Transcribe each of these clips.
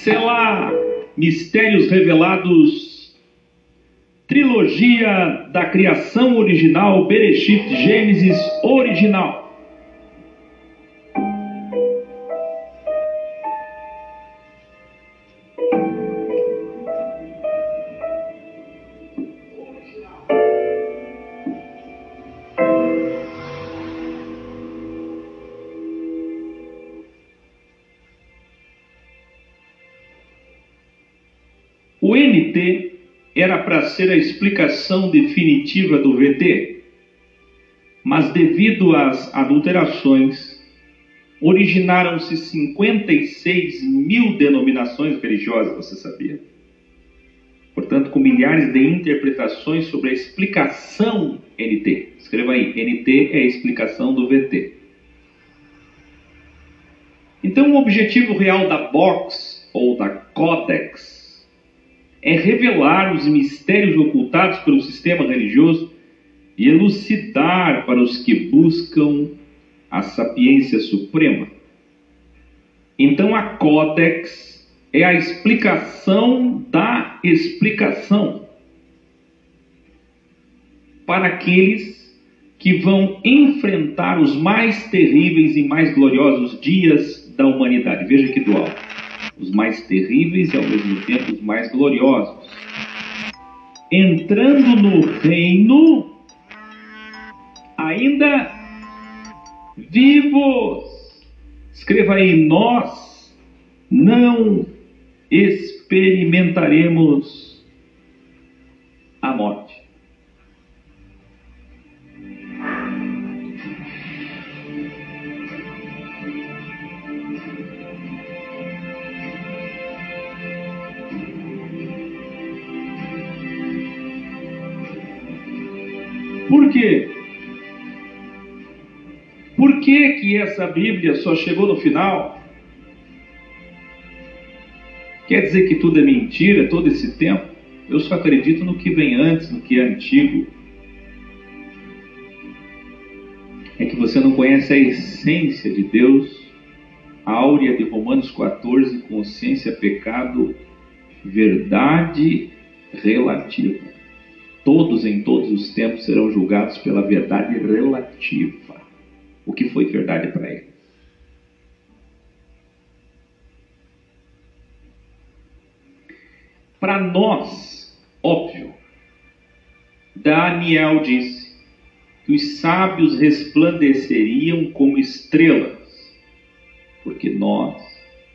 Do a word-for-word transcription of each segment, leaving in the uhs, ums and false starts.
Selá, Mistérios Revelados, Trilogia da Criação Original, Bereshit, Gênesis Original. O N T era para ser a explicação definitiva do V T, mas devido às adulterações, originaram-se cinquenta e seis mil denominações religiosas, você sabia? Portanto, com milhares de interpretações sobre a explicação N T. Escreva aí, N T é a explicação do V T. Então, o objetivo real da Box, ou da Codex, é revelar os mistérios ocultados pelo sistema religioso e elucidar para os que buscam a sapiência suprema. Então a Codex é a explicação da explicação para aqueles que vão enfrentar os mais terríveis e mais gloriosos dias da humanidade. Veja que dual. Os mais terríveis e ao mesmo tempo os mais gloriosos. Entrando no reino, ainda vivos. Escreva aí, nós não experimentaremos a morte. Por quê? Por que que essa Bíblia só chegou no final? Quer dizer que tudo é mentira, todo esse tempo? Eu só acredito no que vem antes, no que é antigo. É que você não conhece a essência de Deus, a áurea de Romanos quatorze, consciência, pecado, verdade relativa. Todos em todos os tempos serão julgados pela verdade relativa. O que foi verdade para eles? Para nós, óbvio, Daniel disse que os sábios resplandeceriam como estrelas, porque nós,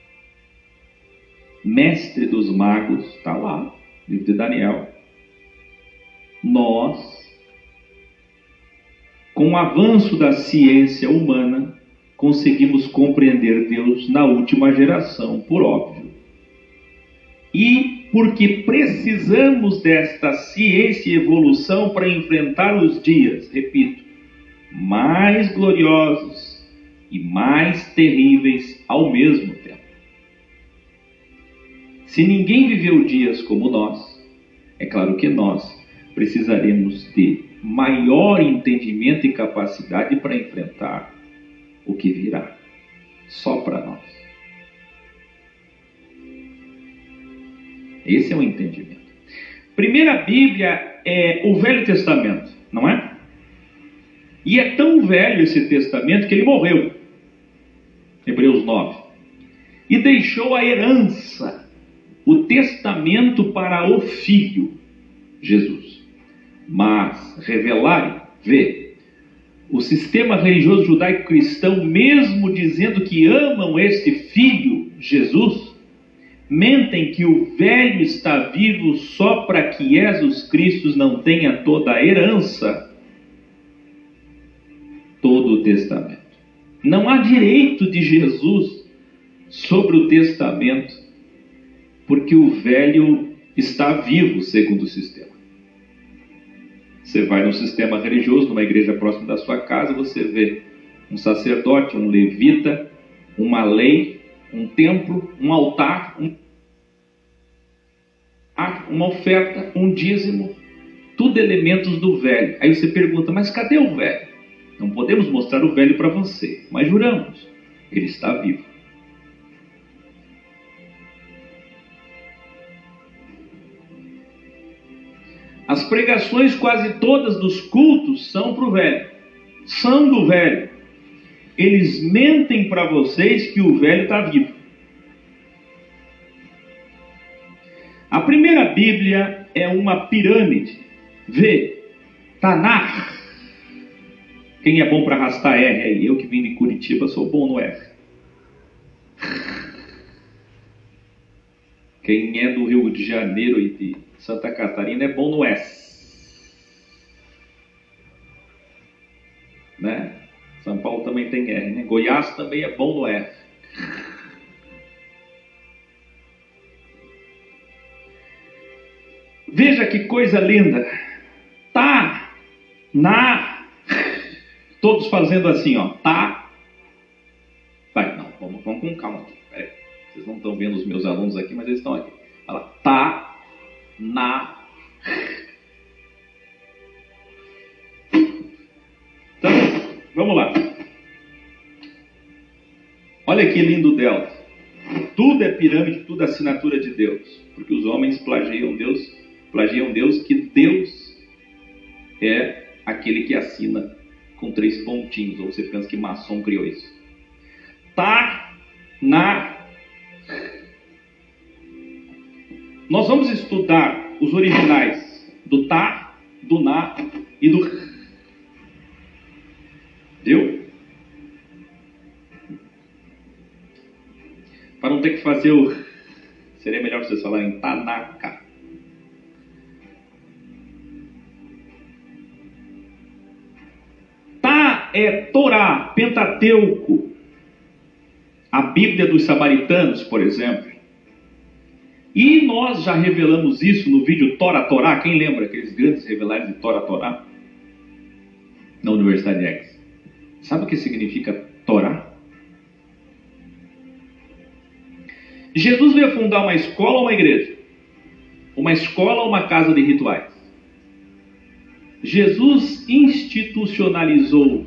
mestre dos magos, está lá, livro de Daniel, nós, com o avanço da ciência humana, conseguimos compreender Deus na última geração, por óbvio. E porque precisamos desta ciência e evolução para enfrentar os dias, repito, mais gloriosos e mais terríveis ao mesmo tempo. Se ninguém viveu dias como nós, é claro que nós precisaremos de maior entendimento e capacidade para enfrentar o que virá, só para nós. Esse é o entendimento. Primeira Bíblia é o Velho Testamento, não é? E é tão velho esse testamento que ele morreu. Hebreus nove. E deixou a herança, o testamento para o Filho, Jesus. Mas revelarem, vê, o sistema religioso judaico-cristão, mesmo dizendo que amam este Filho, Jesus, mentem que o velho está vivo só para que Jesus Cristo não tenha toda a herança, todo o testamento. Não há direito de Jesus sobre o testamento, porque o velho está vivo, segundo o sistema. Você vai no sistema religioso, numa igreja próxima da sua casa, você vê um sacerdote, um levita, uma lei, um templo, um altar, um... uma oferta, um dízimo, tudo elementos do velho. Aí você pergunta, mas cadê o velho? Não podemos mostrar o velho para você, mas juramos, ele está vivo. As pregações quase todas dos cultos são para o velho. São do velho. Eles mentem para vocês que o velho está vivo. A primeira Bíblia é uma pirâmide. Vê, Tanakh. Quem é bom para arrastar R aí? Eu que vim de Curitiba sou bom no R. Quem é do Rio de Janeiro e de Santa Catarina é bom no S. Né? São Paulo também tem R, né? Goiás também é bom no R. Veja que coisa linda. Tá na... Todos fazendo assim, ó. Tá. Vai, não, vamos, vamos com calma aqui. Peraí. Vocês não estão vendo os meus alunos aqui, mas eles estão aqui. Olha lá. Tá na... Então, vamos lá. Olha que lindo o delta. Tudo é pirâmide, tudo é assinatura de Deus. Porque os homens plagiam Deus, plagiam Deus, que Deus é aquele que assina com três pontinhos. Ou você pensa que maçom criou isso? Tá na... Nós vamos estudar os originais do tá, do na e do... Viu? Para não ter que fazer o... Seria melhor vocês falarem Tanaka. Tá é Torá, Pentateuco. A Bíblia dos Samaritanos, por exemplo. E nós já revelamos isso no vídeo Tora Torá. Quem lembra aqueles grandes revelares de Tora Torá? Na Universidade X. Sabe o que significa Torá? Jesus veio fundar uma escola ou uma igreja? Uma escola ou uma casa de rituais? Jesus institucionalizou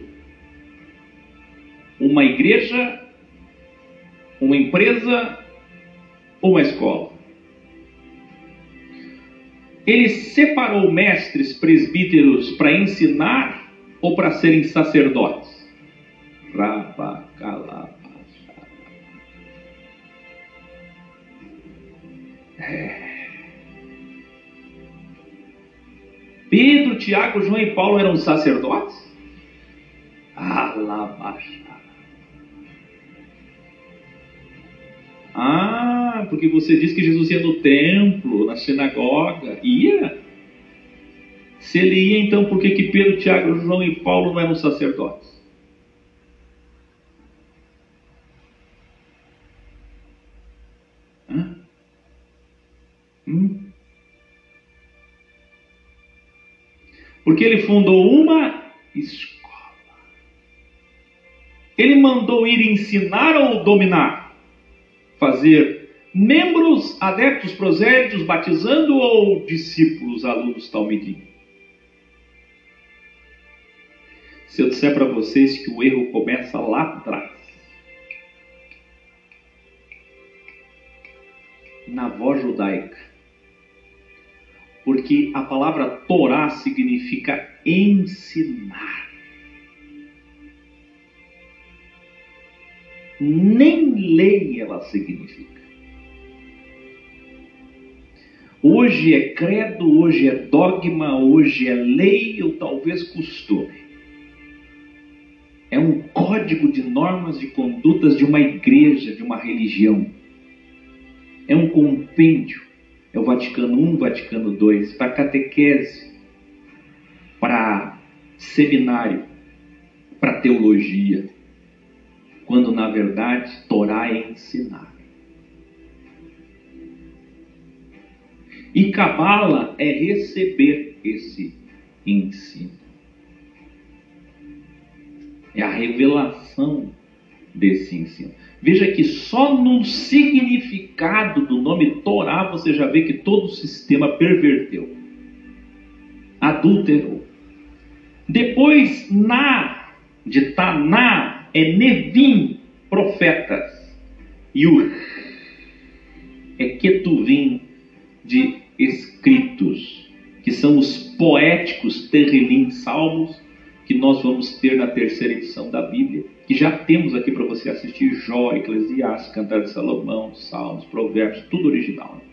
uma igreja, uma empresa ou uma escola? Ele separou mestres, presbíteros para ensinar ou para serem sacerdotes? Rabacalabá. É. Pedro, Tiago, João e Paulo eram sacerdotes? Alabaxa. Ah, porque você diz que Jesus ia no templo, na sinagoga. Ia? Se ele ia, então por que que Pedro, Tiago, João e Paulo não eram sacerdotes? Hã? Hum? Porque ele fundou uma escola. Ele mandou ir ensinar ou dominar? Fazer membros, adeptos, prosélitos, batizando ou discípulos, alunos, talmidim? Se eu disser para vocês que o erro começa lá atrás, na voz judaica, porque a palavra Torá significa ensinar. Nem lei ela significa. Hoje é credo, hoje é dogma, hoje é lei ou talvez costume. É um código de normas de condutas de uma igreja, de uma religião. É um compêndio. É o Vaticano um, Vaticano dois, para catequese, para seminário, para teologia. Quando na verdade Torá é ensinar. E Cabala é receber esse ensino. É a revelação desse ensino. Veja que só no significado do nome Torá você já vê que todo o sistema perverteu, adulterou. Depois, na, de Taná, é Nevim, profetas. E o é Ketuvim, de escritos, que são os Terrilim Salmos, que nós vamos ter na terceira edição da Bíblia, que já temos aqui para você assistir: Jó, Eclesiastes, Cantar de Salomão, Salmos, Provérbios, tudo original. Né?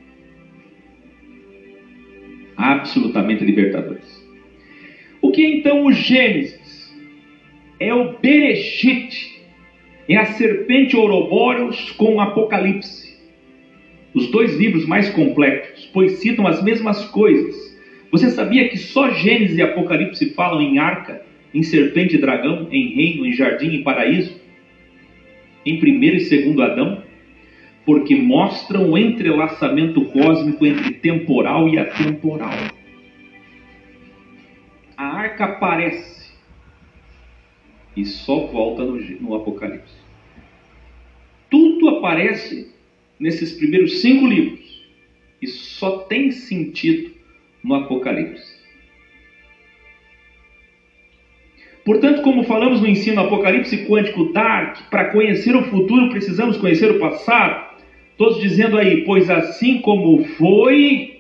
Absolutamente libertadores. O que é então o Gênesis? É o Bereshit, é a serpente Ouroboros com o Apocalipse. Os dois livros mais completos, pois citam as mesmas coisas. Você sabia que só Gênesis e Apocalipse falam em arca, em serpente e dragão, em reino, em jardim e paraíso? Em primeiro e segundo Adão? Porque mostram o entrelaçamento cósmico entre temporal e atemporal. A arca aparece e só volta no, no Apocalipse. Tudo aparece nesses primeiros cinco livros e só tem sentido no Apocalipse. Portanto, como falamos no ensino Apocalipse Quântico Dark, para conhecer o futuro precisamos conhecer o passado. Todos dizendo aí: pois assim como foi,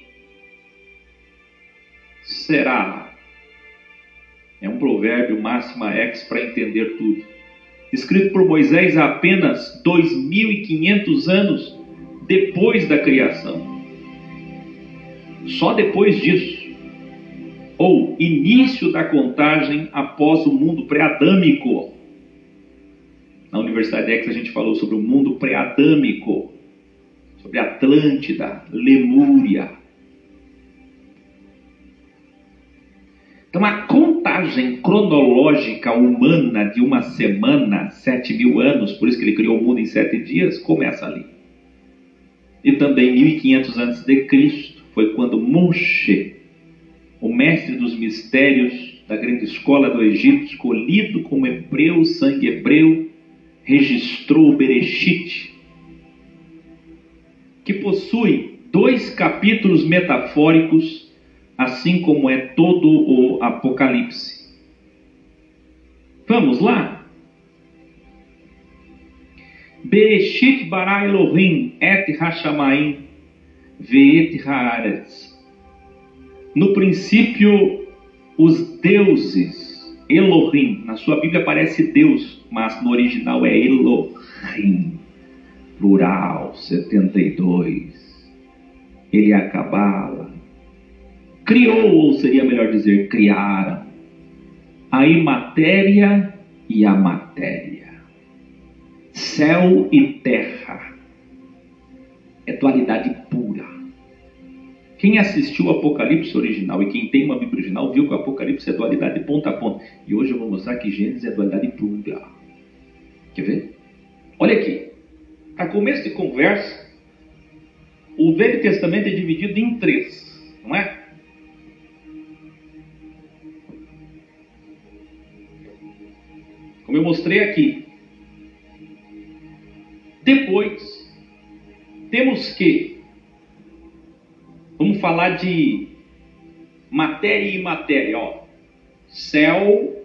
será. É um provérbio máxima ex para entender tudo. Escrito por Moisés há apenas dois mil e quinhentos anos depois da criação. Só depois disso, ou início da contagem após o mundo pré-adâmico. Na Universidade Ex a gente falou sobre o mundo pré-adâmico, sobre Atlântida, Lemúria. Então a contagem cronológica humana de uma semana, sete mil anos, por isso que ele criou o mundo em sete dias, começa ali. E também mil e quinhentos antes de Cristo foi quando Moshe, o mestre dos mistérios da grande escola do Egito, escolhido como hebreu, sangue hebreu, registrou o Bereshit, que possui dois capítulos metafóricos, assim como é todo o Apocalipse. Vamos lá? Bereshit bara Elohim et hashamayim ve'et haaretz. No princípio, os deuses, Elohim, na sua Bíblia aparece Deus, mas no original é Elohim, plural, setenta e dois. Ele é a Cabala. Criou, ou seria melhor dizer, criaram, a imatéria e a matéria, céu e terra. É dualidade pura. Quem assistiu o Apocalipse original e quem tem uma Bíblia original viu que o Apocalipse é dualidade ponta a ponta. E hoje eu vou mostrar que Gênesis é dualidade pura. Quer ver? Olha aqui. Para começo de conversa, o Velho Testamento é dividido em três, não é? Como eu mostrei aqui. Depois, temos que, vamos falar de matéria e imatéria, ó. Céu,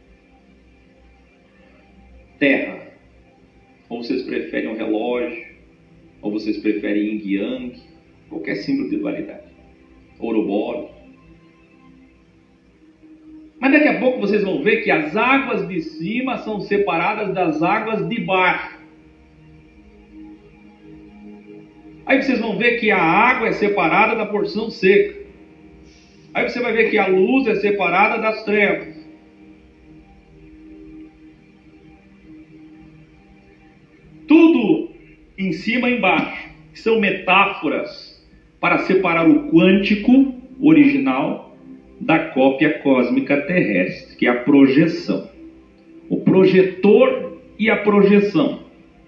terra. Ou vocês preferem um relógio, ou vocês preferem yin yang, qualquer símbolo de dualidade. Ouroboros. Mas daqui a pouco vocês vão ver que as águas de cima são separadas das águas de baixo. Aí vocês vão ver que a água é separada da porção seca. Aí você vai ver que a luz é separada das trevas. Tudo em cima e embaixo, que são metáforas para separar o quântico original da cópia cósmica terrestre, que é a projeção. O projetor e a projeção.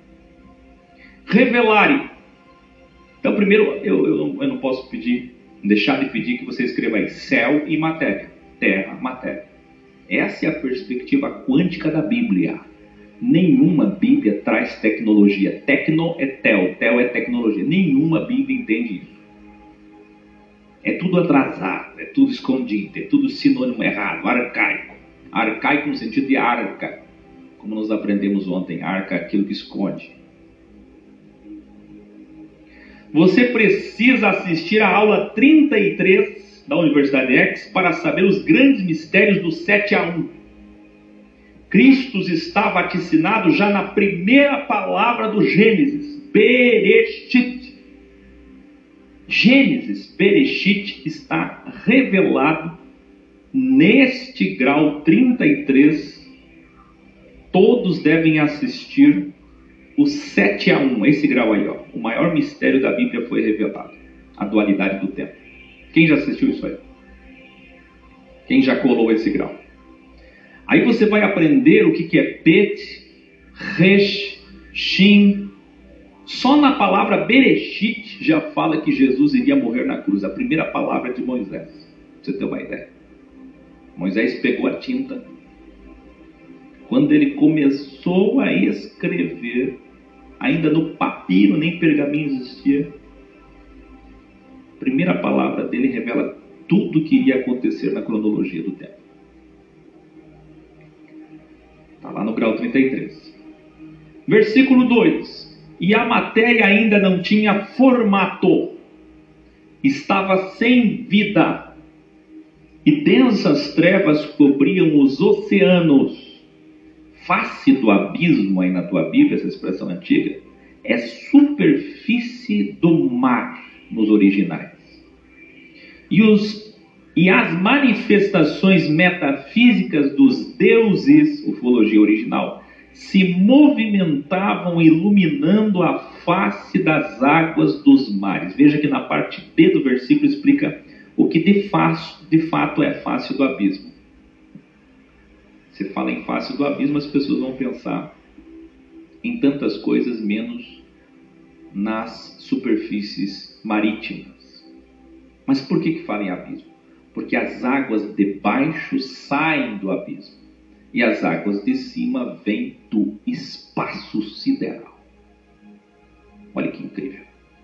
Revelare. Então, primeiro, eu, eu, eu não posso pedir, deixar de pedir que você escreva aí céu e matéria, terra, matéria. Essa é a perspectiva quântica da Bíblia. Nenhuma Bíblia traz tecnologia. Tecno é tel, tel é tecnologia. Nenhuma Bíblia entende isso. É tudo atrasado, é tudo escondido, é tudo sinônimo errado, arcaico. Arcaico no sentido de arca, como nós aprendemos ontem, arca é aquilo que esconde. Você precisa assistir a aula trinta e três da Universidade X para saber os grandes mistérios do sete a um. Cristo está vaticinado já na primeira palavra do Gênesis, Bereshit. Gênesis, Bereshit, está revelado neste grau trinta e três. Todos devem assistir o sete a um, esse grau aí, ó. O maior mistério da Bíblia foi revelado, a dualidade do tempo. Quem já assistiu isso aí? Quem já colou esse grau? Aí você vai aprender o que, que é Bet, Resh, Shin. Só na palavra Bereshit já fala que Jesus iria morrer na cruz. A primeira palavra de Moisés. Pra você ter uma ideia. Moisés pegou a tinta. Quando ele começou a escrever, ainda no papiro, nem pergaminho existia. A primeira palavra dele revela tudo o que iria acontecer na cronologia do tempo. Está lá no grau trinta e três. Versículo dois. E a matéria ainda não tinha formato. Estava sem vida. E densas trevas cobriam os oceanos. Face do abismo, aí na tua Bíblia, essa expressão antiga, é superfície do mar nos originais. E, os, e as manifestações metafísicas dos deuses, ufologia original, se movimentavam iluminando a face das águas dos mares. Veja que na parte B do versículo explica o que de, fa de fato é face do abismo. Se fala em face do abismo, as pessoas vão pensar em tantas coisas, menos nas superfícies marítimas. Mas por que que fala em abismo? Porque as águas de baixo saem do abismo e as águas de cima vêm do espaço sideral. Olha que incrível.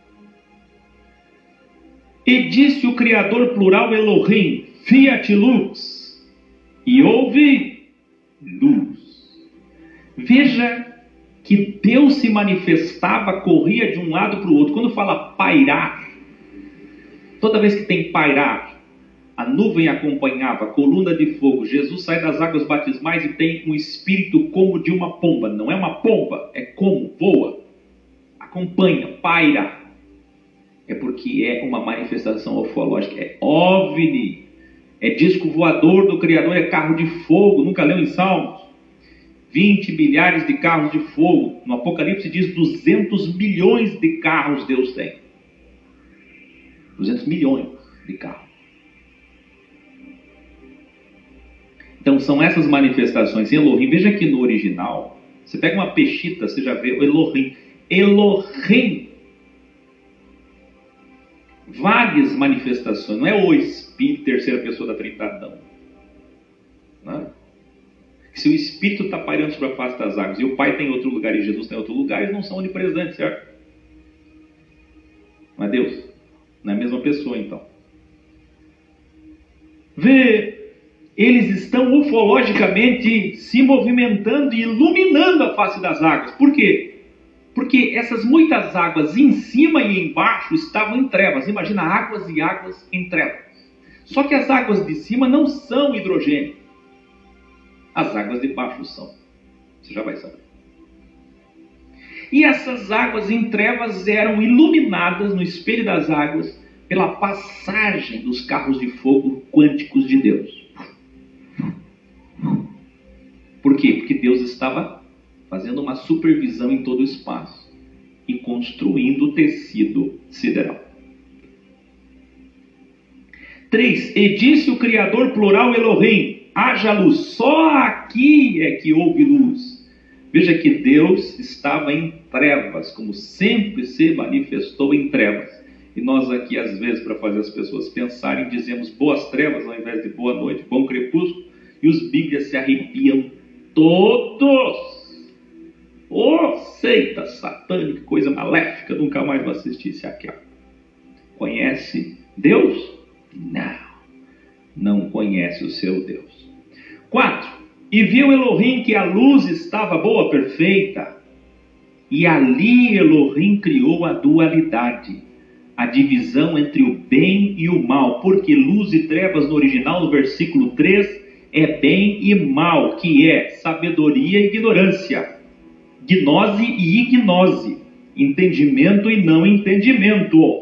E disse o Criador plural Elohim, Fiat Lux, e houve luz. Veja que Deus se manifestava, corria de um lado para o outro. Quando fala pairar, toda vez que tem pairar, a nuvem acompanhava, a coluna de fogo. Jesus sai das águas batismais e tem um espírito como de uma pomba. Não é uma pomba, é como, voa. Acompanha, paira. É porque é uma manifestação ufológica. É OVNI. É disco voador do Criador, é carro de fogo. Nunca leu em Salmos? vinte milhares de carros de fogo. No Apocalipse diz duzentos milhões de carros Deus tem. duzentos milhões de carros. Então são essas manifestações em Elohim. Veja que no original, você pega uma peshita, você já vê o Elohim. Elohim. Várias manifestações. Não é o Espírito, terceira pessoa da Trindade, não. Não é? Se o Espírito está pairando sobre a face das águas e o Pai tem outro lugar e Jesus tem outro lugar, eles não são onipresentes, certo? Não é Deus? Não é a mesma pessoa, então. Vê, eles estão ufologicamente se movimentando e iluminando a face das águas. Por quê? Porque essas muitas águas em cima e embaixo estavam em trevas. Imagina águas e águas em trevas. Só que as águas de cima não são hidrogênio. As águas de baixo são. Você já vai saber. E essas águas em trevas eram iluminadas no espelho das águas pela passagem dos carros de fogo quânticos de Deus. Por quê? Porque Deus estava fazendo uma supervisão em todo o espaço e construindo o tecido sideral. três. E disse o Criador plural Elohim, haja luz. Só aqui é que houve luz. Veja que Deus estava em trevas, como sempre se manifestou em trevas. E nós aqui, às vezes, para fazer as pessoas pensarem, dizemos boas trevas ao invés de boa noite, bom crepúsculo, e os bíblias se arrepiam todos. Ô, oh, seita satânica, coisa maléfica, nunca mais vou assistir isso aqui. Conhece Deus? Não, não conhece o seu Deus. quatro. E viu Elohim que a luz estava boa, perfeita, e ali Elohim criou a dualidade, a divisão entre o bem e o mal, porque luz e trevas no original, no versículo três, é bem e mal, que é sabedoria e ignorância, gnose e ignose, entendimento e não entendimento.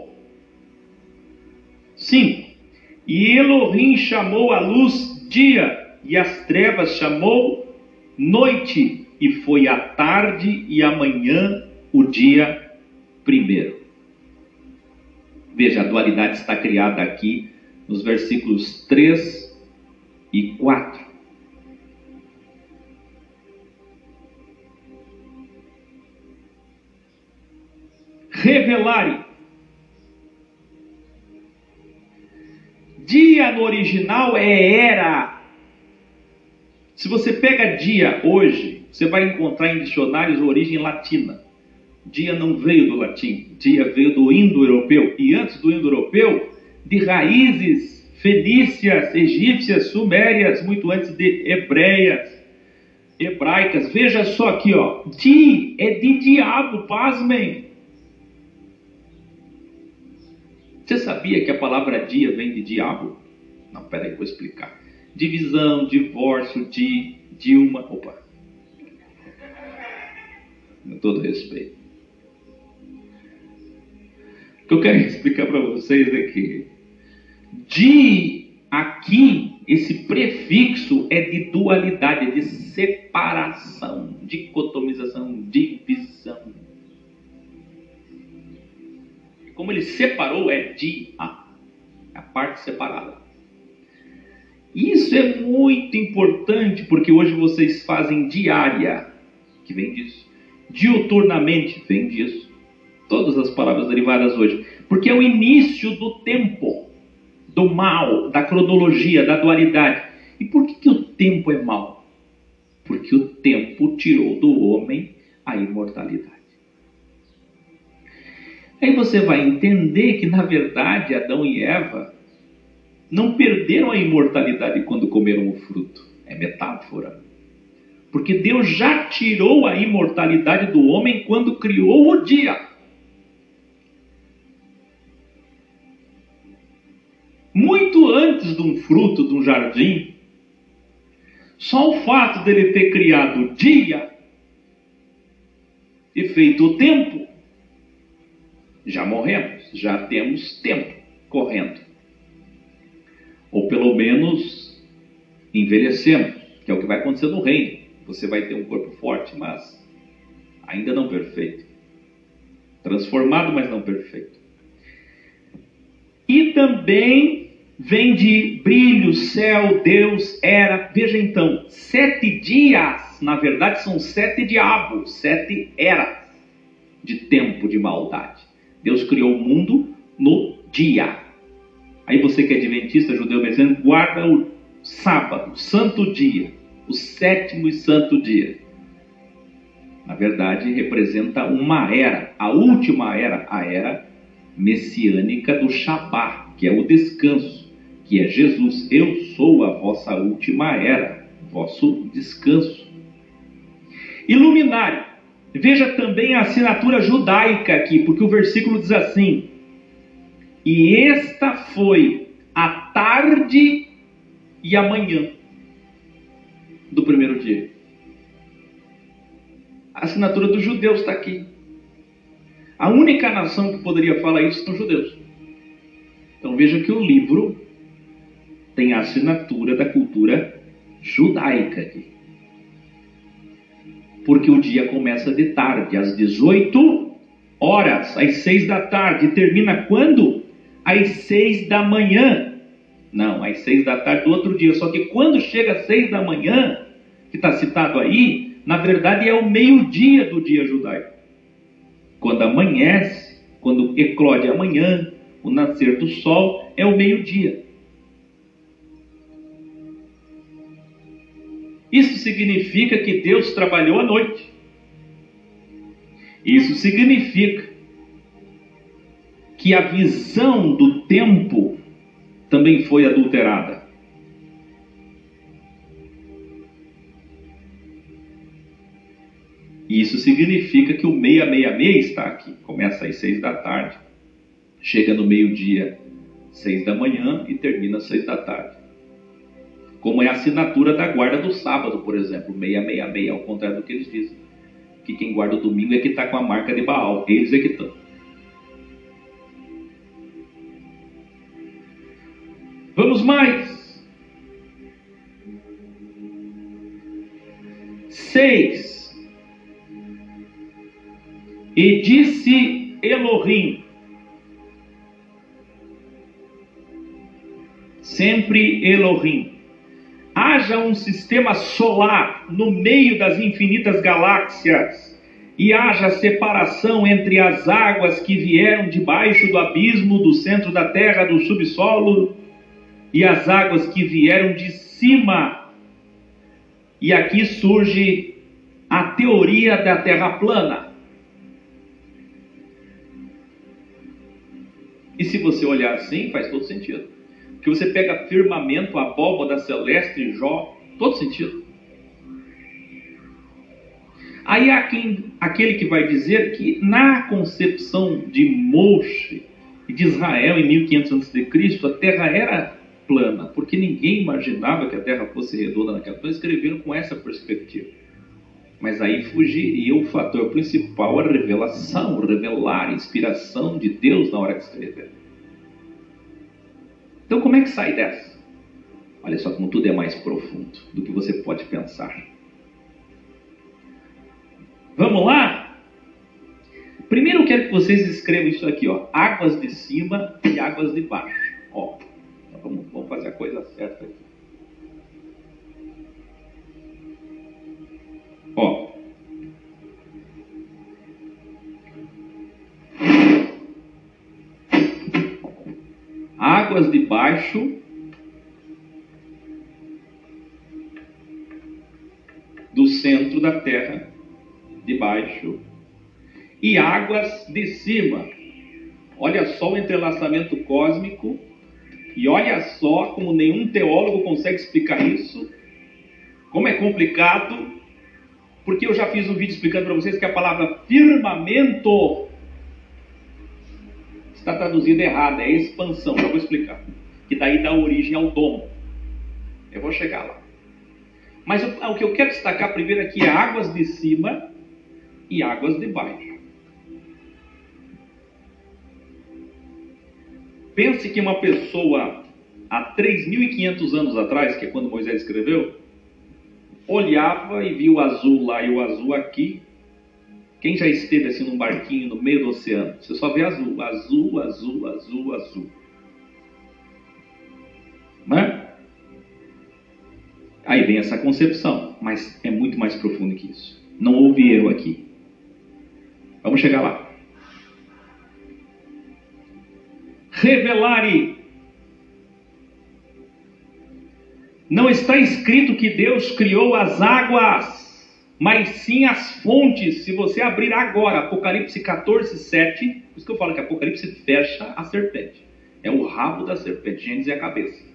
Sim, e Elohim chamou a luz dia, e as trevas chamou noite, e foi a tarde e amanhã o dia primeiro. Veja, a dualidade está criada aqui nos versículos três e quatro. Revelare. Dia no original é era. Se você pega dia hoje, você vai encontrar em dicionários a origem latina. Dia não veio do latim, dia veio do indo-europeu. E antes do indo-europeu, de raízes fenícias, egípcias, sumérias, muito antes de hebreias, hebraicas. Veja só aqui, ó. Di é de diabo, pasmem. Você sabia que a palavra dia vem de diabo? Não, peraí, vou explicar. Divisão, divórcio, di, Dilma. Opa. Com todo respeito. O que eu quero explicar para vocês é que de aqui, esse prefixo é de dualidade, é de separação, dicotomização, divisão. Como ele separou, é dia, a parte separada. Isso é muito importante, porque hoje vocês fazem diária, que vem disso. Diuturnamente, vem disso. Todas as palavras derivadas hoje. Porque é o início do tempo, do mal, da cronologia, da dualidade. E por que, que o tempo é mal? Porque o tempo tirou do homem a imortalidade. Aí você vai entender que, na verdade, Adão e Eva não perderam a imortalidade quando comeram o fruto. É metáfora. Porque Deus já tirou a imortalidade do homem quando criou o dia. Muito antes de um fruto, de um jardim, só o fato dele ter criado o dia e feito o tempo, já morremos, já temos tempo correndo. Ou pelo menos envelhecemos, que é o que vai acontecer no reino. Você vai ter um corpo forte, mas ainda não perfeito. Transformado, mas não perfeito. E também vem de brilho, céu, Deus, era. Veja então, sete dias, na verdade são sete diabos, sete eras de tempo de maldade. Deus criou o mundo no dia. Aí você que é adventista, judeu, messiânico, guarda o sábado, o santo dia, o sétimo e santo dia. Na verdade, representa uma era, a última era, a era messiânica do Shabá, que é o descanso, que é Jesus. Eu sou a vossa última era, vosso descanso. Iluminário. Veja também a assinatura judaica aqui, porque o versículo diz assim: e esta foi a tarde e a manhã do primeiro dia. A assinatura dos judeus está aqui. A única nação que poderia falar isso são os judeus. Então veja que o livro tem a assinatura da cultura judaica aqui. Porque o dia começa de tarde, às dezoito horas, às seis da tarde. E termina quando? Às seis da manhã. Não, às seis da tarde do outro dia. Só que quando chega às seis da manhã, que está citado aí, na verdade é o meio-dia do dia judaico. Quando amanhece, quando eclode a manhã, o nascer do sol é o meio-dia. Isso significa que Deus trabalhou à noite. Isso significa que a visão do tempo também foi adulterada. Isso significa que o seiscentos e sessenta e seis está aqui. Começa às seis da tarde, chega no meio-dia, seis da manhã, e termina às seis da tarde. Como é a assinatura da guarda do sábado, por exemplo, seiscentos e sessenta e seis, ao contrário do que eles dizem. Que quem guarda o domingo é que está com a marca de Baal, eles é que estão. Vamos mais. Seis. E disse Elohim, sempre Elohim, haja um sistema solar no meio das infinitas galáxias, e haja separação entre as águas que vieram debaixo do abismo, do centro da terra, do subsolo, e as águas que vieram de cima. E aqui surge a teoria da terra plana. E se você olhar assim, faz todo sentido. Porque você pega firmamento, abóbada celeste, Jó, todo sentido. Aí há quem, aquele que vai dizer que na concepção de Moshe e de Israel em mil e quinhentos antes de Cristo, a terra era plana, porque ninguém imaginava que a terra fosse redonda naquela época. Escreveram com essa perspectiva. Mas aí fugiria o fator principal, a revelação, revelar a inspiração de Deus na hora de escrever. Então como é que sai dessa? Olha só como tudo é mais profundo do que você pode pensar. Vamos lá? Primeiro eu quero que vocês escrevam isso aqui, ó. Águas de cima e águas de baixo. Ó, então vamos, vamos fazer a coisa certa aqui. Ó. Águas de baixo do centro da terra, de baixo, e águas de cima. Olha só o entrelaçamento cósmico, e olha só como nenhum teólogo consegue explicar isso, como é complicado, porque eu já fiz um vídeo explicando para vocês que a palavra firmamento está traduzida errada, é expansão, já vou explicar, que daí dá origem ao domo. Eu vou chegar lá. Mas o, o que eu quero destacar primeiro aqui é águas de cima e águas de baixo. Pense que uma pessoa há três mil e quinhentos anos atrás, que é quando Moisés escreveu, olhava e viu o azul lá e o azul aqui. Quem já esteve assim num barquinho no meio do oceano? Você só vê azul, azul, azul, azul, azul. Não é? Aí vem essa concepção, mas é muito mais profundo que isso. Não houve erro aqui. Vamos chegar lá. Revelare. Não está escrito que Deus criou as águas, mas sim as fontes. Se você abrir agora Apocalipse catorze, sete, por isso que eu falo que Apocalipse fecha a serpente. É o rabo da serpente, Gênesis é a cabeça.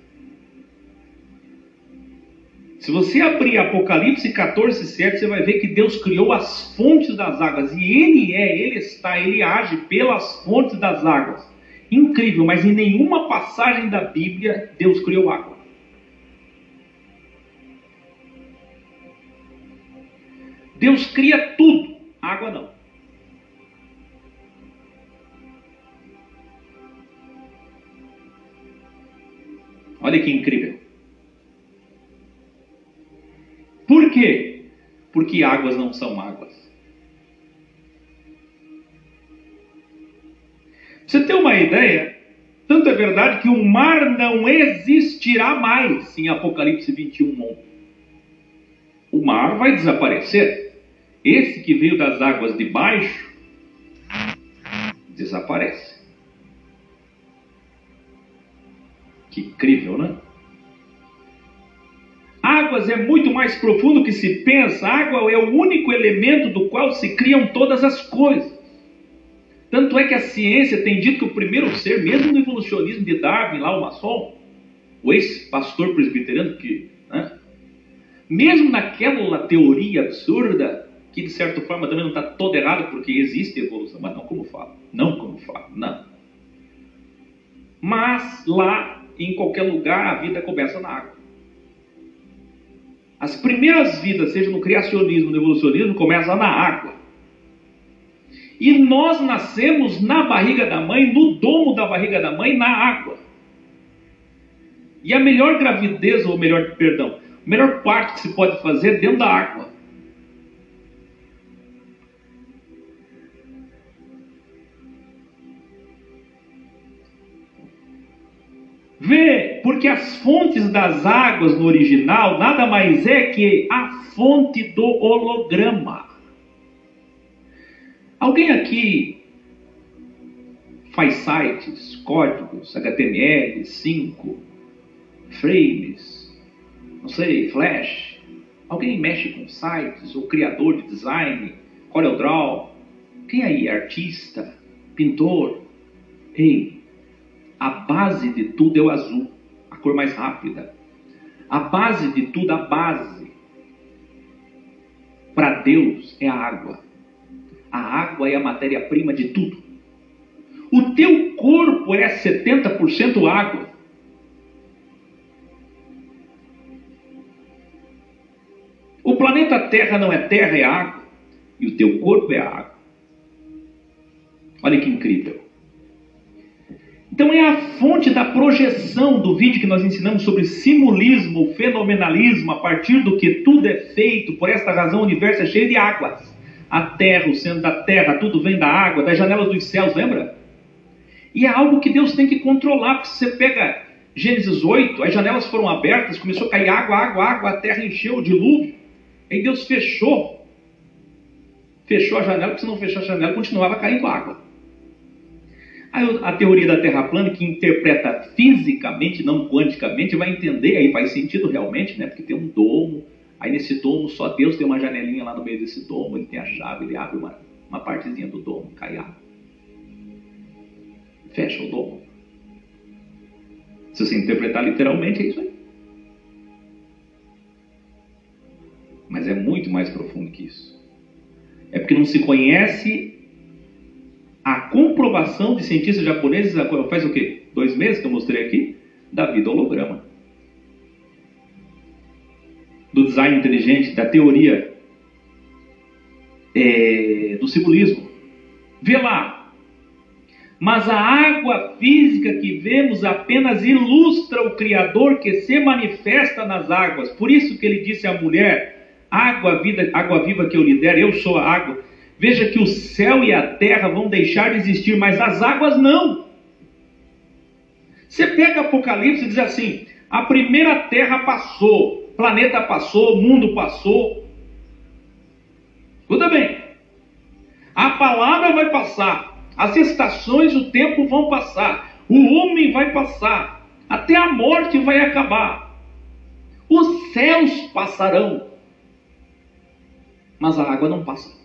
Se você abrir Apocalipse catorze, sete, você vai ver que Deus criou as fontes das águas. E Ele é, Ele está, Ele age pelas fontes das águas. Incrível, mas em nenhuma passagem da Bíblia Deus criou água. Deus cria tudo, água não. Olha que incrível. Por quê? Porque águas não são águas. Pra você ter uma ideia, tanto é verdade que o mar não existirá mais em Apocalipse vinte e um, um. O mar vai desaparecer. Esse que veio das águas de baixo, desaparece. Que incrível, né? Águas é muito mais profundo que se pensa. A água é o único elemento do qual se criam todas as coisas. Tanto é que a ciência tem dito que o primeiro ser, mesmo no evolucionismo de Darwin, lá o maçom, o ex-pastor presbiteriano, que, né, mesmo naquela teoria absurda, que de certa forma também não está toda errada, porque existe evolução, mas não como fala, não como fala, não. Mas lá, em qualquer lugar, a vida começa na água. As primeiras vidas, seja no criacionismo, no evolucionismo, começam na água. E nós nascemos na barriga da mãe, no domo da barriga da mãe, na água. E a melhor gravidez, ou melhor, perdão, a melhor parte que se pode fazer é dentro da água. Vê, porque as fontes das águas no original nada mais é que a fonte do holograma. Alguém aqui faz sites, códigos, H T M L, cinco, frames, não sei, Flash? Alguém mexe com sites, ou criador de design, CorelDRAW? Quem aí é artista, pintor? Ei, a base de tudo é o azul, a cor mais rápida. A base de tudo, a base, para Deus, é a água. A água é a matéria-prima de tudo. O teu corpo é setenta por cento água. O planeta Terra não é terra, é água. E o teu corpo é água. Olha que incrível. Então é a fonte da projeção do vídeo que nós ensinamos sobre simulismo, fenomenalismo, a partir do que tudo é feito. Por esta razão o universo é cheio de águas. A terra, o centro da terra, tudo vem da água, das janelas dos céus, lembra? E é algo que Deus tem que controlar, porque você pega Gênesis oito, as janelas foram abertas, começou a cair água, água, água, a terra encheu, o dilúvio. Aí Deus fechou. Fechou a janela, porque se não fechar a janela, continuava caindo água. Aí a teoria da Terra plana, que interpreta fisicamente, não quanticamente, vai entender, aí faz sentido realmente, né? Porque tem um domo, aí nesse domo só Deus tem uma janelinha lá no meio desse domo, ele tem a chave, ele abre uma, uma partezinha do domo, cai água. Fecha o domo. Se você interpretar literalmente, é isso aí. Mas é muito mais profundo que isso. É porque não se conhece a comprovação de cientistas japoneses, faz o quê? Dois meses que eu mostrei aqui, da vida holograma. Do design inteligente, da teoria é, do simbolismo. Vê lá. Mas a água física que vemos apenas ilustra o Criador que se manifesta nas águas. Por isso que ele disse à mulher, água, vida, água viva que eu lhe der, eu sou a água. Veja que o céu e a terra vão deixar de existir, mas as águas não. Você pega Apocalipse e diz assim, a primeira terra passou, planeta passou, mundo passou. Escuta bem. A palavra vai passar, as estações, o tempo vão passar, o homem vai passar, até a morte vai acabar. Os céus passarão, mas a água não passa.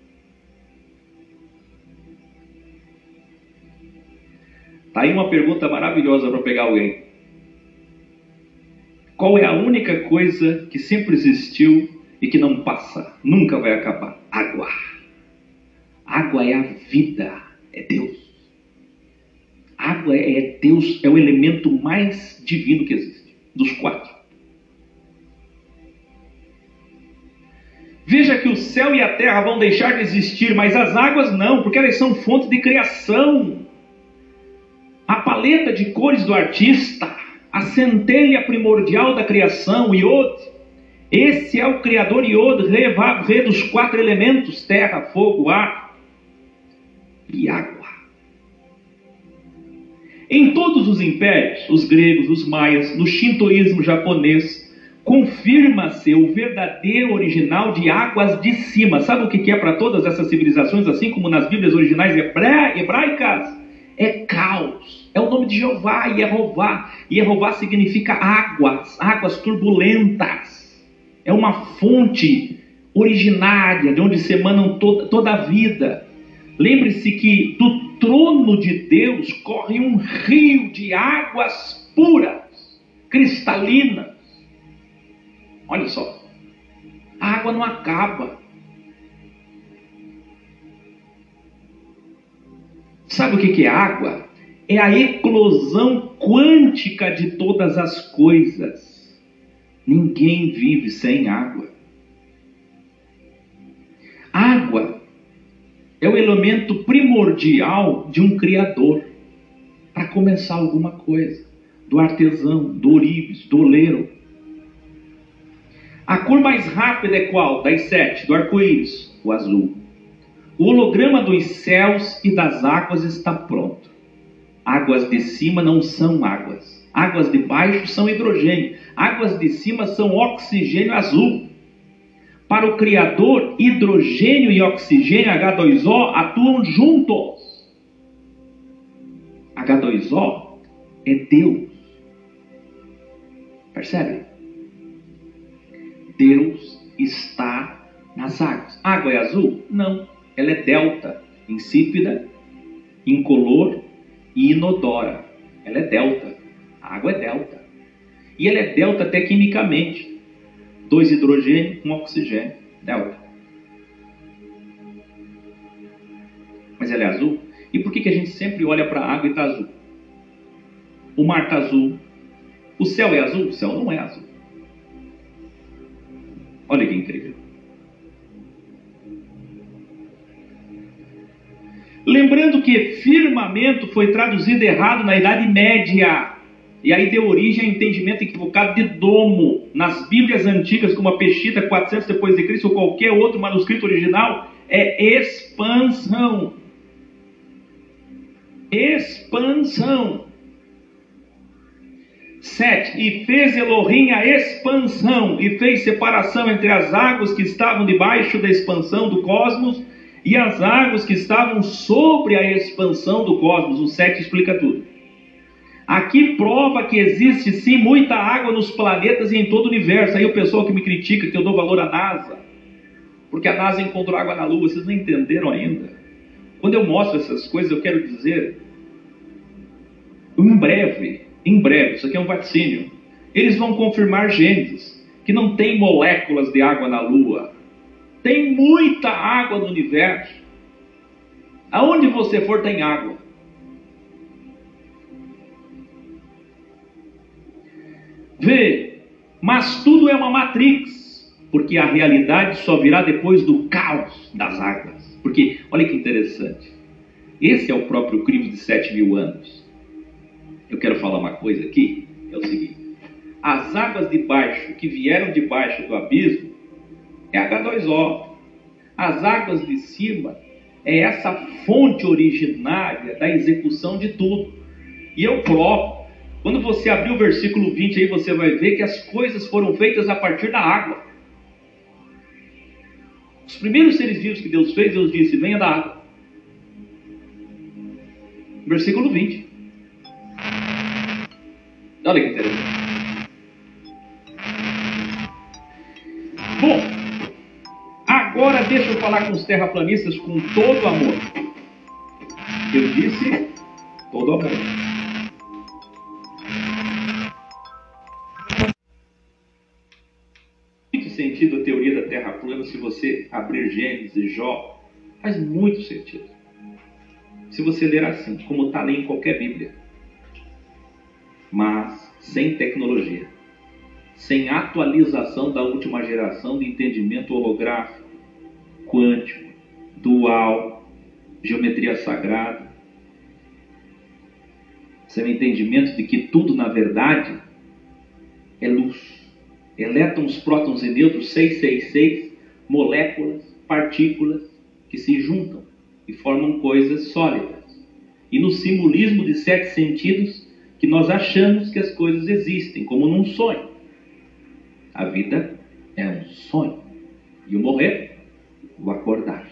Está aí uma pergunta maravilhosa para pegar alguém. Qual é a única coisa que sempre existiu e que não passa, nunca vai acabar? Água. Água é a vida, é Deus. Água é Deus, é o elemento mais divino que existe, dos quatro. Veja que o céu e a terra vão deixar de existir, mas as águas não, porque elas são fonte de criação. A paleta de cores do artista, a centelha primordial da criação, Iod. Esse é o Criador Iod, Rê, Vav, Rê dos quatro elementos, terra, fogo, ar e água. Em todos os impérios, os gregos, os maias, no shintoísmo japonês, confirma-se o verdadeiro original de águas de cima. Sabe o que é para todas essas civilizações, assim como nas Bíblias originais hebra... hebraicas? É caos, é o nome de Jeová, Yehová. Yehová significa águas, águas turbulentas. É uma fonte originária, de onde se emanam toda, toda a vida. Lembre-se que do trono de Deus corre um rio de águas puras, cristalinas. Olha só, a água não acaba. Sabe o que é água? é a eclosão quântica de todas as coisas. Ninguém vive sem água. Água é o elemento primordial de um criador para começar alguma coisa. Do artesão, do ourives, do oleiro. A cor mais rápida é qual? Das sete, do arco-íris, o azul. O holograma dos céus e das águas está pronto. Águas de cima não são águas. Águas de baixo são hidrogênio. Águas de cima são oxigênio azul. Para o Criador, hidrogênio e oxigênio H dois O atuam juntos. H dois O é Deus. Percebe? Deus está nas águas. Água é azul? Não. Ela é delta, insípida, incolor e inodora. Ela é delta. A água é delta. E ela é delta até quimicamente. Dois hidrogênio, um oxigênio. Delta. Mas ela é azul? E por que, que a gente sempre olha para a água e está azul? O mar está azul. O céu é azul? O céu não é azul. Olha que incrível. Lembrando que firmamento foi traduzido errado na Idade Média. E aí deu origem a entendimento equivocado de domo. Nas Bíblias antigas, como a Peshitta, quatrocentos depois de Cristo, ou qualquer outro manuscrito original, é expansão. Expansão. Sete. E fez Elohim a expansão, e fez separação entre as águas que estavam debaixo da expansão do cosmos e as águas que estavam sobre a expansão do cosmos. O sete explica tudo. Aqui prova que existe sim muita água nos planetas e em todo o universo. Aí o pessoal que me critica que eu dou valor à NASA, porque a NASA encontrou água na Lua, vocês não entenderam ainda. Quando eu mostro essas coisas, eu quero dizer, em breve, em breve, isso aqui é um vaticínio, eles vão confirmar Gênesis, que não tem moléculas de água na Lua. Tem muita água no universo. Aonde você for tem água. Vê, mas tudo é uma matrix, porque a realidade só virá depois do caos das águas. Porque, olha que interessante, esse é o próprio crime de sete mil anos. Eu quero falar uma coisa aqui, é o seguinte: as águas de baixo, que vieram de baixo do abismo, é H dois O. As águas de cima é essa fonte originária da execução de tudo. E eu provo. Quando você abrir o versículo vinte aí, você vai ver que as coisas foram feitas a partir da água. Os primeiros seres vivos que Deus fez, Deus disse, venha da água. Versículo vinte. Olha que interessante. Bom, agora deixa eu falar com os terraplanistas com todo amor. Eu disse todo amor. Muito sentido a teoria da Terra plana se você abrir Gênesis e Jó. Faz muito sentido. Se você ler assim, como está ali em qualquer Bíblia. Mas sem tecnologia. Sem atualização da última geração de entendimento holográfico, quântico, dual, geometria sagrada. Sem entendimento de que tudo, na verdade, é luz. Elétrons, prótons e nêutrons, seiscentos e sessenta e seis, moléculas, partículas que se juntam e formam coisas sólidas. E no simbolismo de sete sentidos, que nós achamos que as coisas existem, como num sonho. A vida é um sonho. E o morrer, o acordar.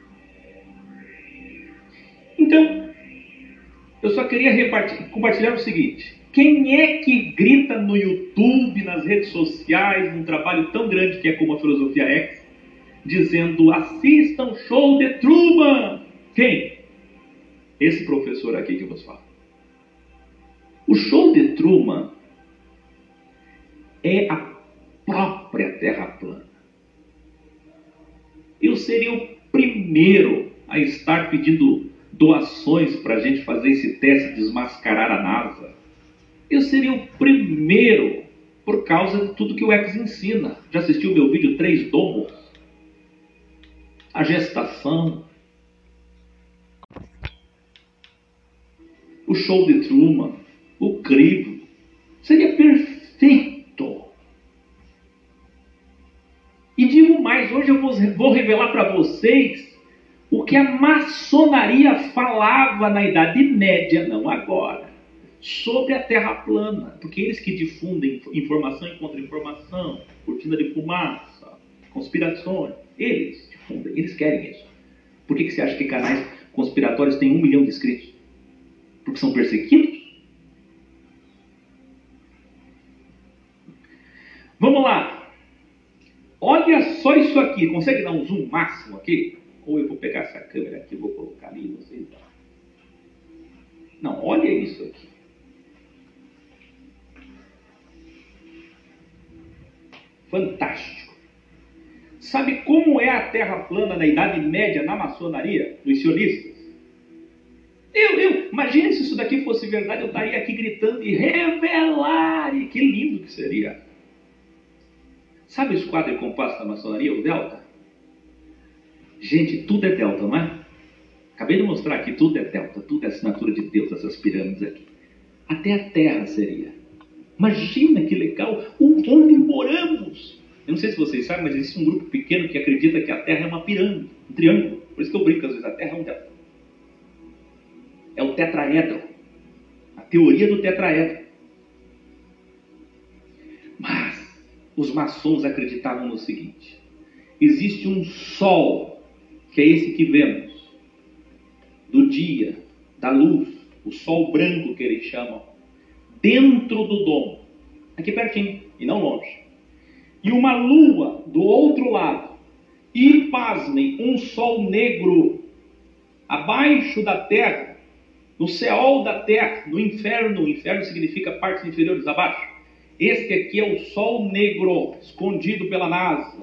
Então, eu só queria compartilhar o seguinte. Quem é que grita no YouTube, nas redes sociais, num trabalho tão grande que é como a Filosofia X, dizendo, assistam show de Truman? Quem? Esse professor aqui que eu vos falo. O show de Truman é a própria Terra plana. Eu seria o primeiro a estar pedindo doações para a gente fazer esse teste, desmascarar a NASA, eu seria o primeiro, por causa de tudo que o X ensina. Já assistiu o meu vídeo Três Domos? A gestação, o show de Truman, o crivo. Seria perfeito. E digo mais, hoje eu vou revelar para vocês o que a maçonaria falava na Idade Média, não agora, sobre a Terra plana. Porque eles que difundem informação e contra-informação, cortina de fumaça, conspirações, eles difundem, eles querem isso. Por que, que você acha que canais conspiratórios têm um milhão de inscritos? Porque são perseguidos? Vamos lá. Olha só isso aqui. Consegue dar um zoom máximo aqui? Ou eu vou pegar essa câmera aqui e vou colocar ali e vocês dão. Não, olha isso aqui. Fantástico. Sabe como é a Terra plana na Idade Média, na maçonaria, dos sionistas? Eu, eu, imagine se isso daqui fosse verdade, eu estaria aqui gritando e revelar. E que lindo que seria. Sabe o esquadro e compasso da maçonaria, o delta? Gente, tudo é delta, não é? Acabei de mostrar aqui, tudo é delta, tudo é assinatura de Deus, essas pirâmides aqui. Até a Terra seria. Imagina que legal, onde moramos. Eu não sei se vocês sabem, mas existe um grupo pequeno que acredita que a Terra é uma pirâmide, um triângulo. Por isso que eu brinco às vezes, a Terra é um delta. É o tetraedro. A teoria do tetraedro. Mas os maçons acreditavam no seguinte: existe um sol, que é esse que vemos, do dia, da luz, o sol branco que eles chamam, dentro do domo, aqui pertinho, e não longe. E uma lua do outro lado. E, pasmem, um sol negro abaixo da terra, no céu da terra, no inferno. O inferno significa partes inferiores abaixo. Este aqui é o sol negro, escondido pela NASA.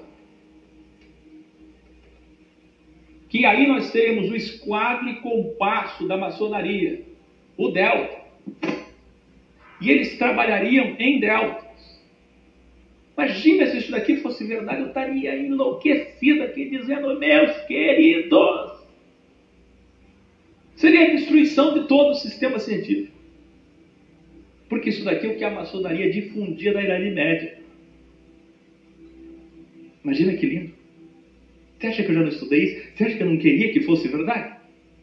Que aí nós temos o esquadro e compasso da maçonaria, o delta. E eles trabalhariam em deltas. Imagina se isso daqui fosse verdade, eu estaria enlouquecido aqui dizendo, meus queridos, seria a destruição de todo o sistema científico. Porque isso daqui é o que a maçonaria difundia na Idade Média. Imagina que lindo. Você acha que eu já não estudei isso? Você acha que eu não queria que fosse verdade?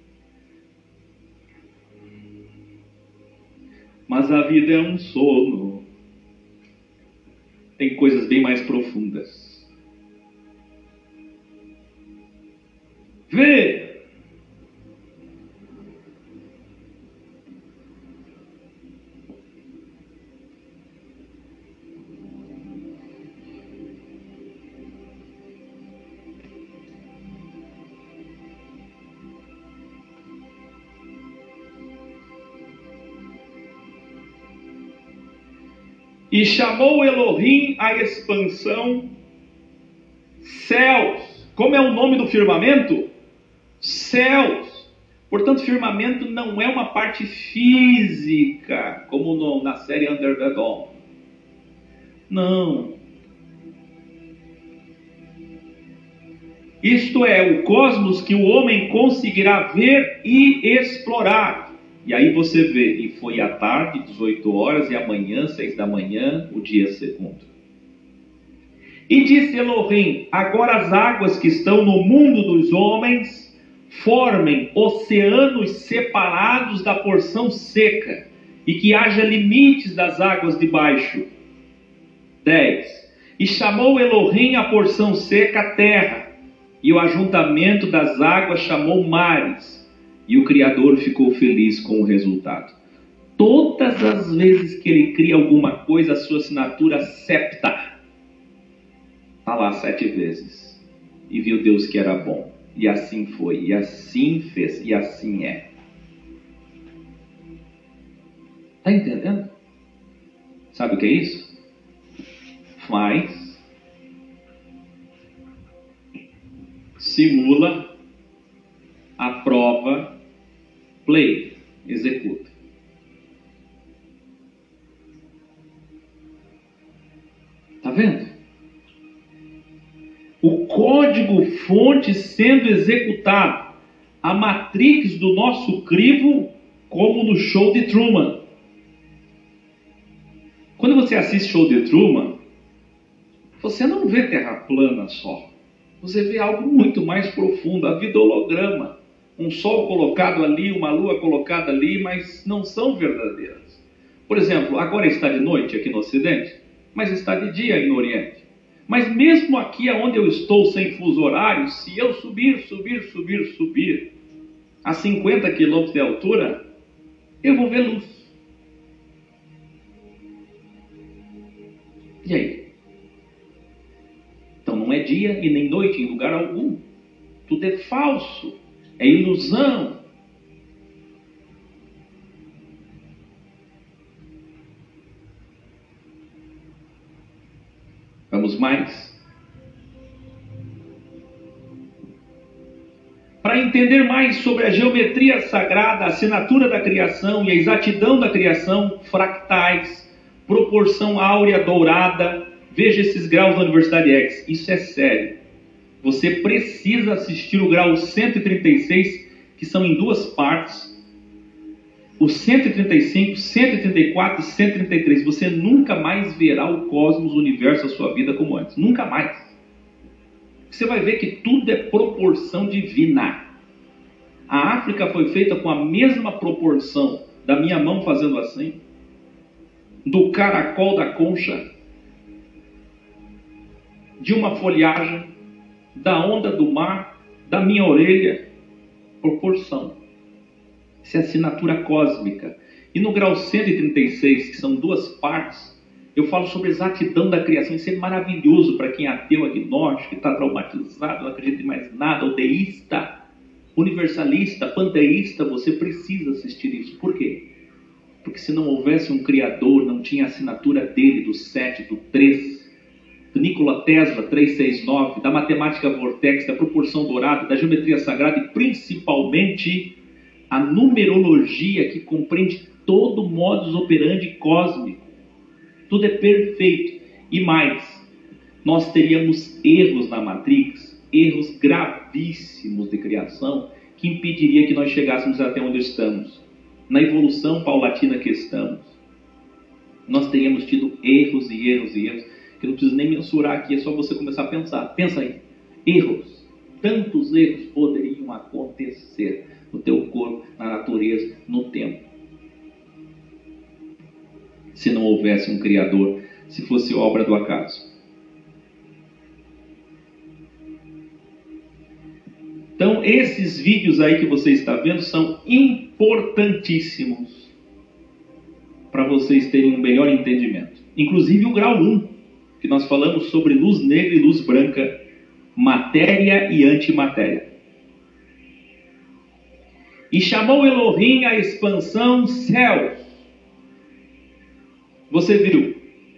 Mas a vida é um sono. Tem coisas bem mais profundas. Vê! E chamou Elohim a expansão céus. Como é o nome do firmamento? Céus. Portanto, firmamento não é uma parte física, como no, na série Under the Dome. Não. Isto é, o cosmos que o homem conseguirá ver e explorar. E aí você vê, e foi à tarde, dezoito horas, e amanhã, seis da manhã, o dia segundo. E disse Elohim, agora as águas que estão no mundo dos homens formem oceanos separados da porção seca, e que haja limites das águas de baixo. dez. E chamou Elohim a porção seca a terra, e o ajuntamento das águas chamou mares. E o Criador ficou feliz com o resultado. Todas as vezes que ele cria alguma coisa, a sua assinatura septa. Está lá sete vezes. E viu Deus que era bom. E assim foi. E assim fez. E assim é. Está entendendo? Sabe o que é isso? Faz. Simula. Aprova Play, executa. Está vendo? O código-fonte sendo executado. A matrix do nosso crivo, como no show de Truman. Quando você assiste show de Truman, você não vê terra plana só. Você vê algo muito mais profundo, a vida holograma. Um sol colocado ali, uma lua colocada ali, mas não são verdadeiras. Por exemplo, agora está de noite aqui no Ocidente, mas está de dia aí no Oriente. Mas mesmo aqui onde eu estou sem fuso horário, se eu subir, subir, subir, subir, a cinquenta quilômetros de altura, eu vou ver luz. E aí? Então não é dia e nem noite em lugar algum. Tudo é falso. É ilusão. Vamos mais. Para entender mais sobre a geometria sagrada, a assinatura da criação e a exatidão da criação, fractais, proporção áurea dourada, veja esses graus da Universidade X. Isso é sério. Você precisa assistir o grau cento e trinta e seis, que são em duas partes. O cento e trinta e cinco, cento e trinta e quatro e cento e trinta e três. Você nunca mais verá o cosmos, o universo, a sua vida como antes. Nunca mais. Você vai ver que tudo é proporção divina. A África foi feita com a mesma proporção da minha mão fazendo assim, do caracol da concha, de uma folhagem, da onda do mar, da minha orelha. Proporção. Isso é assinatura cósmica. E no grau cento e trinta e seis, que são duas partes, eu falo sobre a exatidão da criação. Isso é maravilhoso para quem é ateu, agnóstico, que está traumatizado, não acredita em mais nada, ou deísta, universalista, panteísta. Você precisa assistir isso. Por quê? Porque se não houvesse um Criador, não tinha a assinatura dele, do sete, do três, do Nikola Tesla, trezentos e sessenta e nove, da matemática vortex, da proporção dourada, da geometria sagrada e principalmente a numerologia que compreende todo o modus operandi cósmico. Tudo é perfeito. E mais, nós teríamos erros na Matrix, erros gravíssimos de criação, que impediria que nós chegássemos até onde estamos. Na evolução paulatina que estamos, nós teríamos tido erros e erros e erros, que eu não preciso nem mensurar aqui, é só você começar a pensar. Pensa aí. Erros. Tantos erros poderiam acontecer no teu corpo, na natureza, no tempo, se não houvesse um Criador, se fosse obra do acaso. Então, esses vídeos aí que você está vendo são importantíssimos para vocês terem um melhor entendimento. Inclusive o grau um, que nós falamos sobre luz negra e luz branca, matéria e antimatéria. E chamou Elohim a expansão céus. Você viu?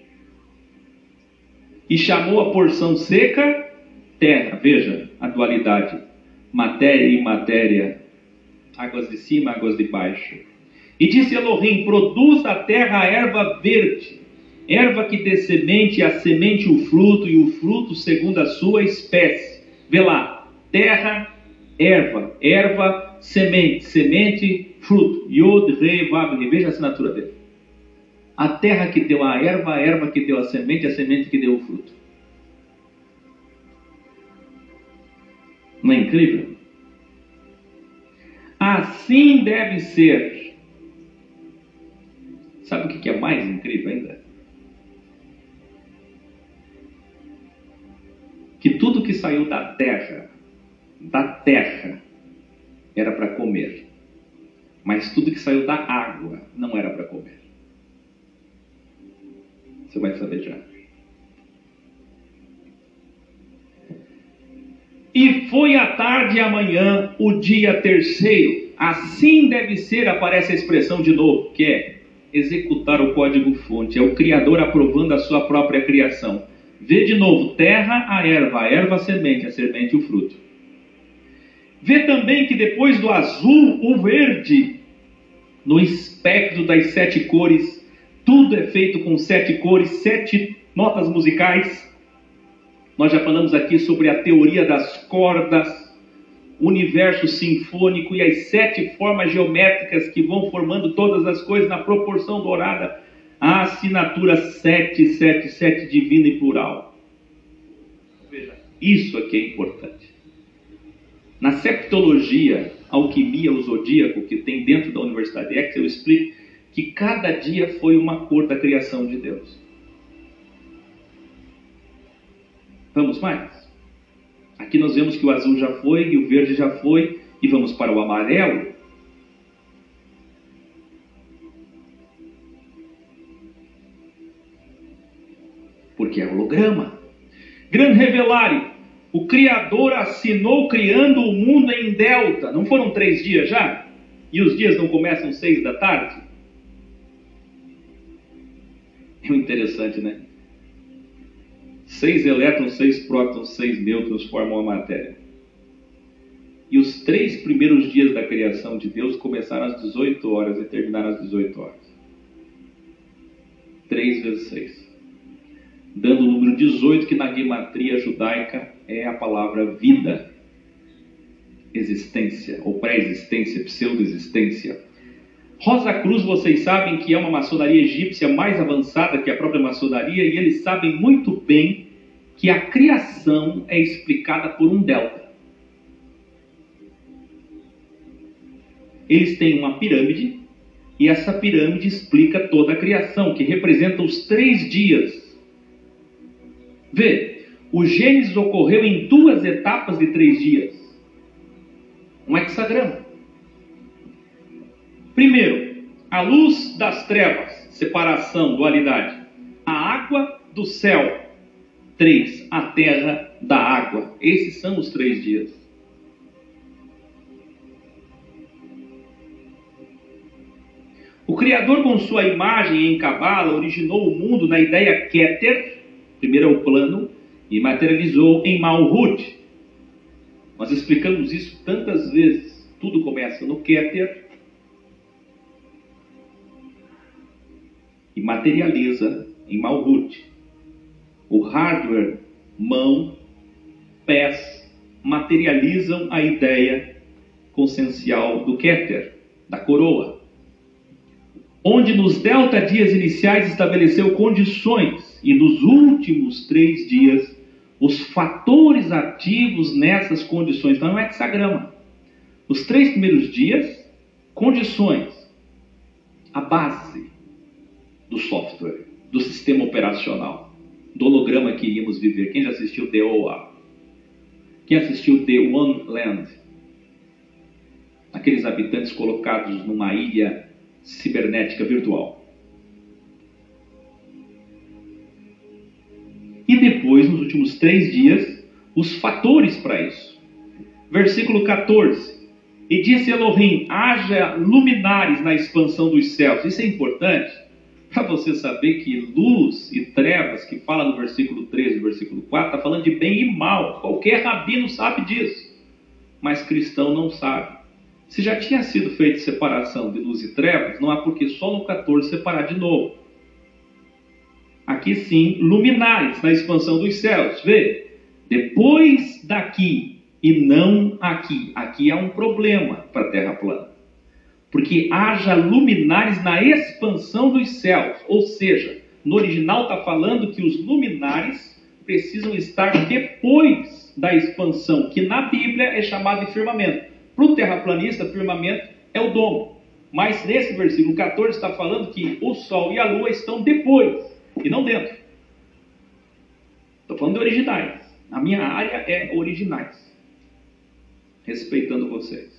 E chamou a porção seca terra. Veja a dualidade. Matéria e matéria. Águas de cima, águas de baixo. E disse Elohim: produz a terra a erva verde, erva que dê semente, a semente o fruto, e o fruto segundo a sua espécie. Vê lá. Terra, erva, erva, semente, semente, fruto. Yod, Rei, Vav, Re. Veja a assinatura dele. A terra que deu a erva, a erva que deu a semente, a semente que deu o fruto. Não é incrível? Assim deve ser. Sabe o que é mais incrível ainda? Que tudo que saiu da terra, da terra, era para comer. Mas tudo que saiu da água não era para comer. Você vai saber já. E foi a tarde e amanhã, o dia terceiro. Assim deve ser, aparece a expressão de novo, que é executar o código-fonte. É o Criador aprovando a sua própria criação. Vê de novo, terra, a erva, a erva, a semente, a semente, o fruto. Vê também que depois do azul, o verde, no espectro das sete cores, tudo é feito com sete cores, sete notas musicais. Nós já falamos aqui sobre a teoria das cordas, o universo sinfônico e as sete formas geométricas que vão formando todas as coisas na proporção dourada. A assinatura sete sete sete divina e plural. Veja, isso aqui é importante. Na septologia, alquimia, o zodíaco, que tem dentro da Universidade X, eu explico que cada dia foi uma cor da criação de Deus. Vamos mais? Aqui nós vemos que o azul já foi e o verde já foi, e vamos para o amarelo. Porque é holograma. Gran Revelare, o Criador assinou criando o mundo em delta. Não foram três dias já? E os dias não começam seis da tarde? É interessante, né? Seis elétrons, seis prótons, seis nêutrons formam a matéria. E os três primeiros dias da criação de Deus começaram às dezoito horas e terminaram às dezoito horas. três vezes seis. Dando o número dezoito, que na gematria judaica é a palavra vida, existência, ou pré-existência, pseudo-existência. Rosa Cruz, vocês sabem que é uma maçonaria egípcia mais avançada que a própria maçonaria, e eles sabem muito bem que a criação é explicada por um delta. Eles têm uma pirâmide, e essa pirâmide explica toda a criação, que representa os três dias. Vê, o Gênesis ocorreu em duas etapas de três dias. Um hexagrama. Primeiro, a luz das trevas, separação, dualidade. A água do céu. Três, a terra da água. Esses são os três dias. O Criador, com sua imagem em Cabala, originou o mundo na ideia Keter. Primeiro é o plano, e materializou em Malhut. Nós explicamos isso tantas vezes. Tudo começa no Keter e materializa em Malhut. O hardware, mão, pés, materializam a ideia consciencial do Keter, da coroa, onde nos delta dias iniciais estabeleceu condições, e nos últimos três dias, os fatores ativos nessas condições. Então, é um hexagrama. Os três primeiros dias, condições, a base do software, do sistema operacional, do holograma que iríamos viver. Quem já assistiu The O A? Quem assistiu The One Land? Aqueles habitantes colocados numa ilha cibernética virtual. E depois, nos últimos três dias, os fatores para isso. Versículo catorze. E disse Elohim, haja luminares na expansão dos céus. Isso é importante para você saber que luz e trevas, que fala no versículo treze e versículo quatro, está falando de bem e mal. Qualquer rabino sabe disso, mas cristão não sabe. Se já tinha sido feita separação de luz e trevas, não há por que só no catorze separar de novo. Aqui sim, luminares na expansão dos céus. Vê, depois daqui e não aqui. Aqui há um problema para a Terra plana. Porque haja luminares na expansão dos céus. Ou seja, no original está falando que os luminares precisam estar depois da expansão, que na Bíblia é chamado de firmamento. Para o terraplanista, firmamento é o domo. Mas nesse versículo catorze está falando que o Sol e a Lua estão depois e não dentro. Estou falando de originais. A minha área é originais. Respeitando vocês.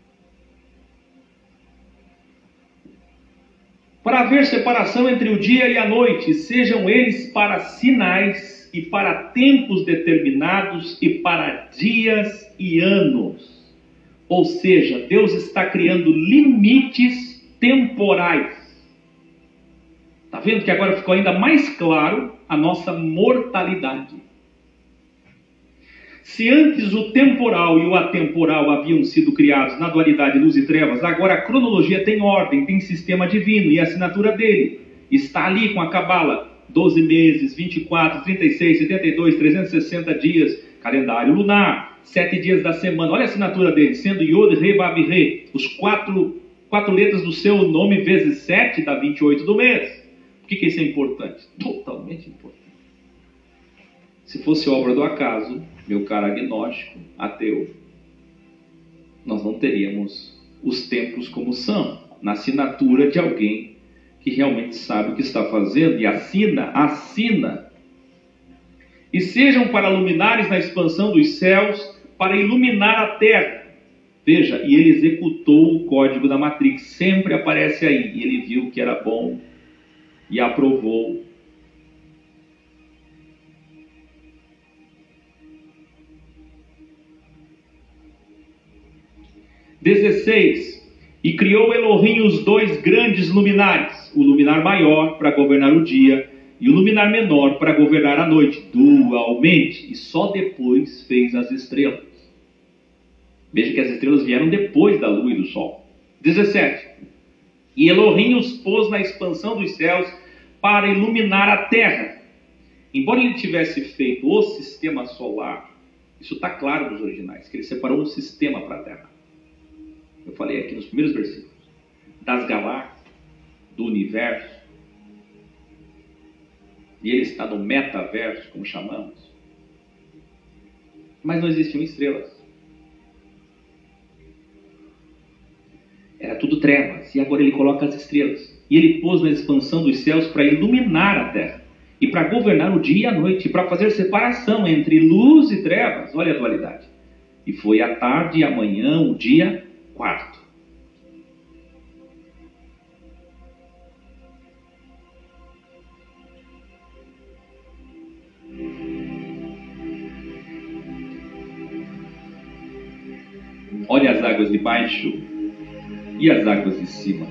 Para haver separação entre o dia e a noite, sejam eles para sinais e para tempos determinados e para dias e anos. Ou seja, Deus está criando limites temporais. Está vendo que agora ficou ainda mais claro a nossa mortalidade. Se antes o temporal e o atemporal haviam sido criados na dualidade luz e trevas, agora a cronologia tem ordem, tem sistema divino e a assinatura dele está ali com a cabala. doze meses, vinte e quatro, trinta e seis, setenta e dois, trezentos e sessenta dias, calendário lunar, sete dias da semana. Olha a assinatura dele, sendo Yod, Re, Vav, Re, os quatro, quatro letras do seu nome vezes sete dá vinte e oito do mês. Por que, que isso é importante? Totalmente importante. Se fosse obra do acaso, meu caro agnóstico, ateu, nós não teríamos os tempos como são, na assinatura de alguém que realmente sabe o que está fazendo e assina, assina. E sejam para luminares na expansão dos céus, para iluminar a terra. Veja, e ele executou o código da Matrix, sempre aparece aí, e ele viu que era bom e aprovou. dezesseis. E criou Elohim os dois grandes luminares, o luminar maior para governar o dia e o luminar menor para governar a noite, dualmente, e só depois fez as estrelas. Veja que as estrelas vieram depois da lua e do sol. dezessete. E Elohim os pôs na expansão dos céus para iluminar a terra. Embora ele tivesse feito o sistema solar, isso está claro nos originais, que ele separou um sistema para a terra. Eu falei aqui nos primeiros versículos, das galáxias, do universo, e ele está no metaverso, como chamamos, mas não existiam estrelas, era tudo trevas, e agora ele coloca as estrelas, e ele pôs na expansão dos céus para iluminar a terra, e para governar o dia e a noite, e para fazer separação entre luz e trevas. Olha a dualidade. E foi a tarde e a manhã, o dia quarto. Olha as águas de baixo e as águas de cima.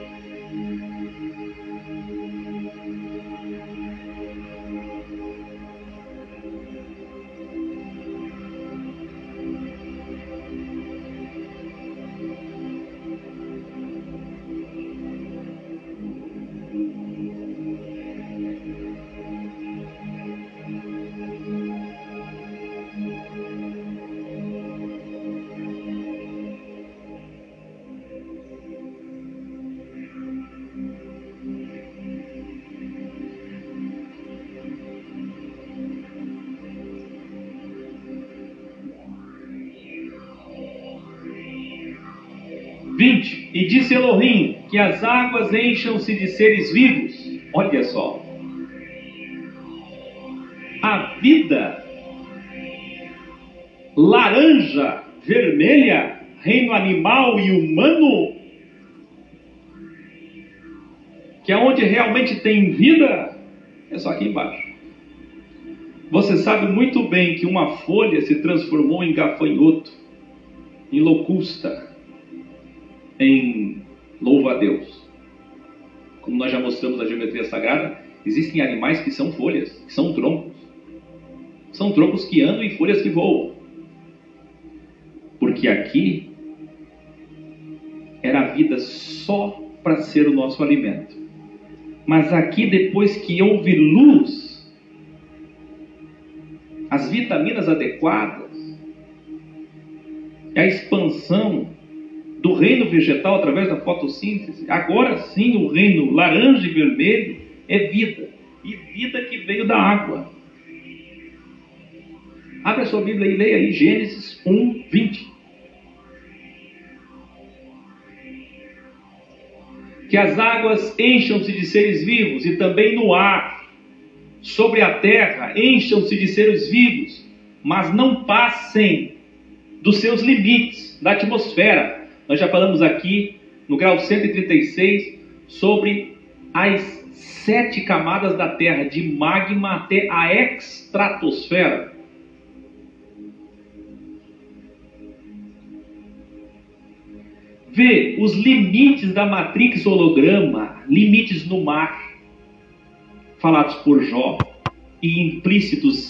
vinte. E disse Elohim que as águas encham-se de seres vivos. Olha só. A vida laranja, vermelha, reino animal e humano, que é onde realmente tem vida, é só aqui embaixo. Você sabe muito bem que uma folha se transformou em gafanhoto, em locusta, em louva-a-Deus. Como nós já mostramos na geometria sagrada, existem animais que são folhas, que são troncos. São troncos que andam e folhas que voam. Porque aqui era a vida só para ser o nosso alimento. Mas aqui, depois que houve luz, as vitaminas adequadas, a expansão do reino vegetal através da fotossíntese, agora sim o reino laranja e vermelho é vida, e vida que veio da água. Abre a sua Bíblia e leia aí Gênesis um, vinte. Que as águas encham-se de seres vivos, e também no ar, sobre a terra, encham-se de seres vivos, mas não passem dos seus limites, da atmosfera. Nós já falamos aqui, no grau cento e trinta e seis, sobre as sete camadas da Terra, de magma até a estratosfera. Vê os limites da matrix holograma, limites no mar, falados por Jó, e implícitos